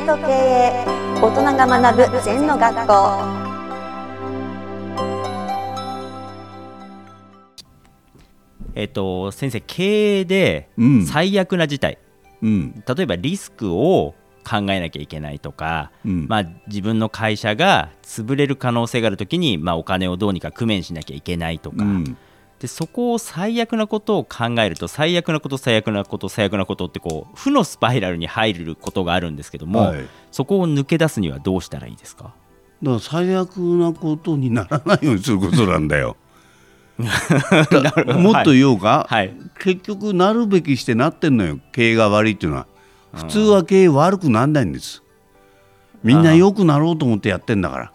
と経営、大人が学ぶ禅の学校。 先生、経営で最悪な事態、例えばリスクを考えなきゃいけないとか、自分の会社が潰れる可能性があるときに、お金をどうにか工面しなきゃいけないとか、でそこを最悪なことを考えると最悪なこと最悪なこと最悪なことってこう負のスパイラルに入ることがあるんですけども、そこを抜け出すにはどうしたらいいですか？ だから最悪なことにならないようにすることなんだよもっと言おうか、結局なるべきしてなってんのよ。経営が悪いっていうのは普通は経営悪くならないんです。みんな良くなろうと思ってやってんだから、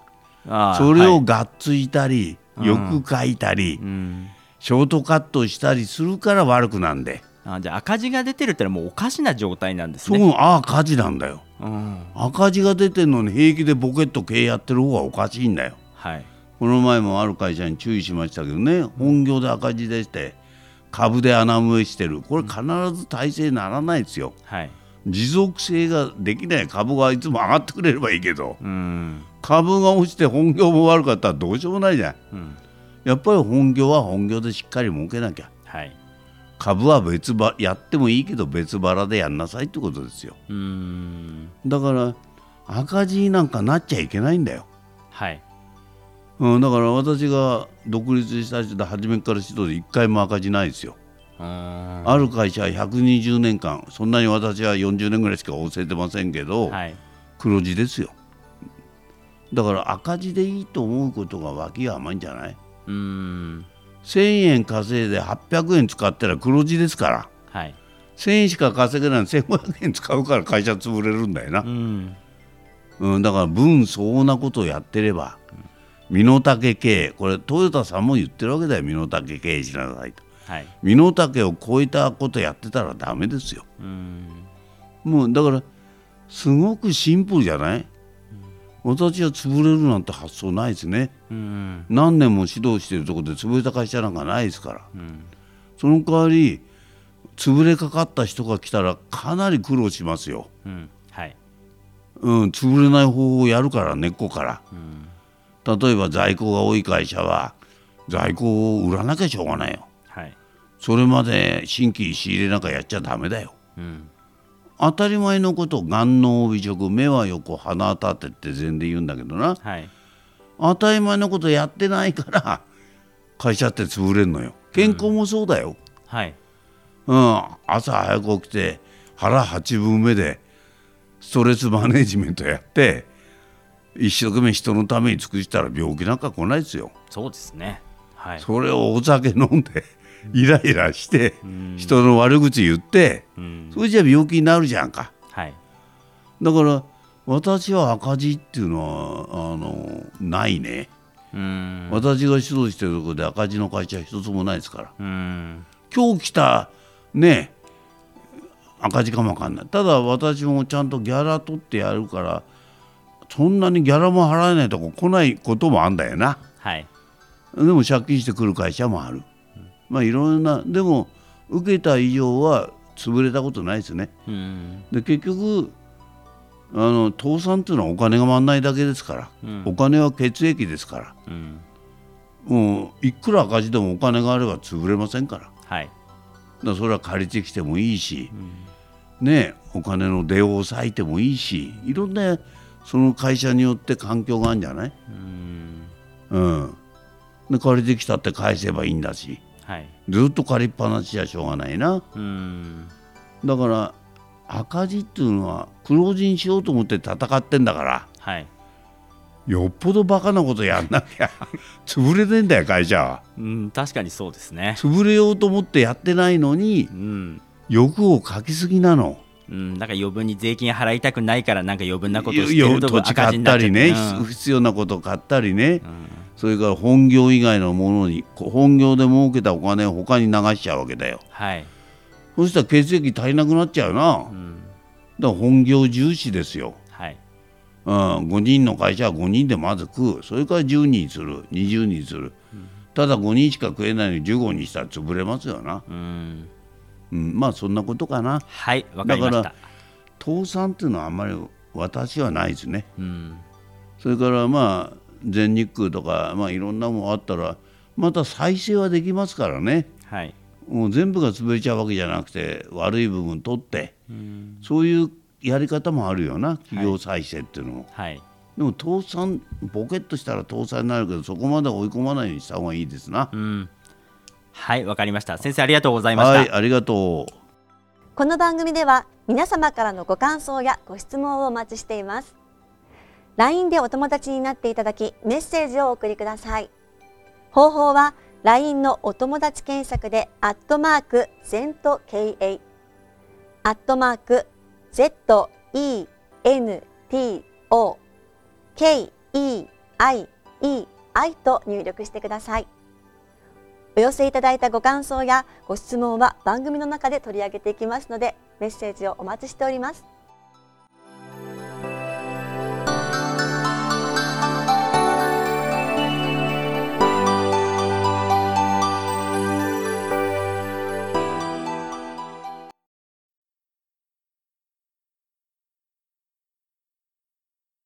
それをがっついたり、よく書いたり、ショートカットしたりするから悪くなんで。 じゃあ赤字が出てるってのはもうおかしな状態なんですね。 そう赤字なんだよ、赤字が出てるのに平気でボケっと経営やってる方がおかしいんだよ。この前もある会社に注意しましたけどね、本業で赤字でして株で穴埋めしてる。これ必ず体制にならないですよ、持続性ができない。株がいつも上がってくれればいいけど、株が落ちて本業も悪かったらどうしようもないじゃん、やっぱり本業は本業でしっかり儲けなきゃ、株はやってもいいけど別腹でやんなさいってことですよ。だから赤字なんかなっちゃいけないんだよ。だから私が独立した人で初めから指導で1回も赤字ないですよ。ある会社は120年間、そんなに私は40年ぐらいしか教えてませんけど、黒字ですよ。だから赤字でいいと思うことが脇が甘いんじゃない。1000円稼いで800円使ったら黒字ですから、1000円しか稼げないのに1500円使うから会社潰れるんだよな。だから分相応なことをやってれば、身の丈経営、これトヨタさんも言ってるわけだよ。身の丈経営しなさいと、身の丈を超えたことやってたらダメですよ。もうだからすごくシンプルじゃない。私は潰れるなんて発想ないですね。何年も指導しているところで潰れた会社なんかないですから、その代わり潰れかかった人が来たらかなり苦労しますよ。潰れない方法をやるから、根っこから。例えば在庫が多い会社は在庫を売らなきゃしょうがないよ、それまで新規仕入れなんかやっちゃダメだよ、当たり前のこと。眼脳美食、目は横鼻は立てって禅で言うんだけどな、当たり前のことやってないから会社って潰れるのよ。健康もそうだよ、朝早く起きて腹8分目でストレスマネジメントやって一生懸命人のために尽くしたら病気なんか来ないですよ。 そうですね、 それをお酒飲んでイライラして人の悪口言って、それじゃ病気になるじゃんか、だから私は赤字っていうのはないね。私が指導してるところで赤字の会社は一つもないですから。今日来たね赤字かもわかんない。ただ私もちゃんとギャラ取ってやるから、そんなにギャラも払えないとこ来ないこともあんだよな、でも借金してくる会社もある、いろんな。でも受けた以上は潰れたことないですね。で結局倒産っていうのはお金が回らないだけですから、お金は血液ですから、もういくら赤字でもお金があれば潰れませんから、だからそれは借りてきてもいいし、お金の出を抑えてもいいし、いろんなその会社によって環境があるんじゃない。で借りてきたって返せばいいんだし、ずっと借りっぱなしじゃしょうがないな。だから赤字っていうのは黒字にしようと思って戦ってんだから、よっぽどバカなことやんなきゃ潰れてんだよ会社は。 確かにそうですね。 潰れようと思ってやってないのに、欲をかきすぎなの。 なんか余分に税金払いたくないからなんか余分なことをしてると土地買ったりね、不必要なことを買ったりね、それから本業以外のものに、本業で儲けたお金を他に流しちゃうわけだよ、そしたら血液足りなくなっちゃうな、だから本業重視ですよ、5人の会社は5人でまず食う、それから10人にする、20人にする、ただ5人しか食えないのに15にしたら潰れますよな。そんなことかな。 わかりました。 だから倒産っていうのはあんまり私はないですね。それからまあ全日空とか、いろんなものあったらまた再生はできますからね。もう全部が潰れちゃうわけじゃなくて悪い部分取って、そういうやり方もあるよな、企業再生っていうのも。でも倒産、ボケっとしたら倒産になるけど、そこまで追い込まないようにした方がいいですな。 はい、わかりました。先生、ありがとうございました。 はい、ありがとう。 この番組では皆様からのご感想やご質問をお待ちしています。LINE でお友達になっていただき、メッセージをお送りください。方法は LINE のお友達検索で@ZENTKEI@ZENTOKEIEI と入力してください。お寄せいただいたご感想やご質問は番組の中で取り上げていきますので、メッセージをお待ちしております。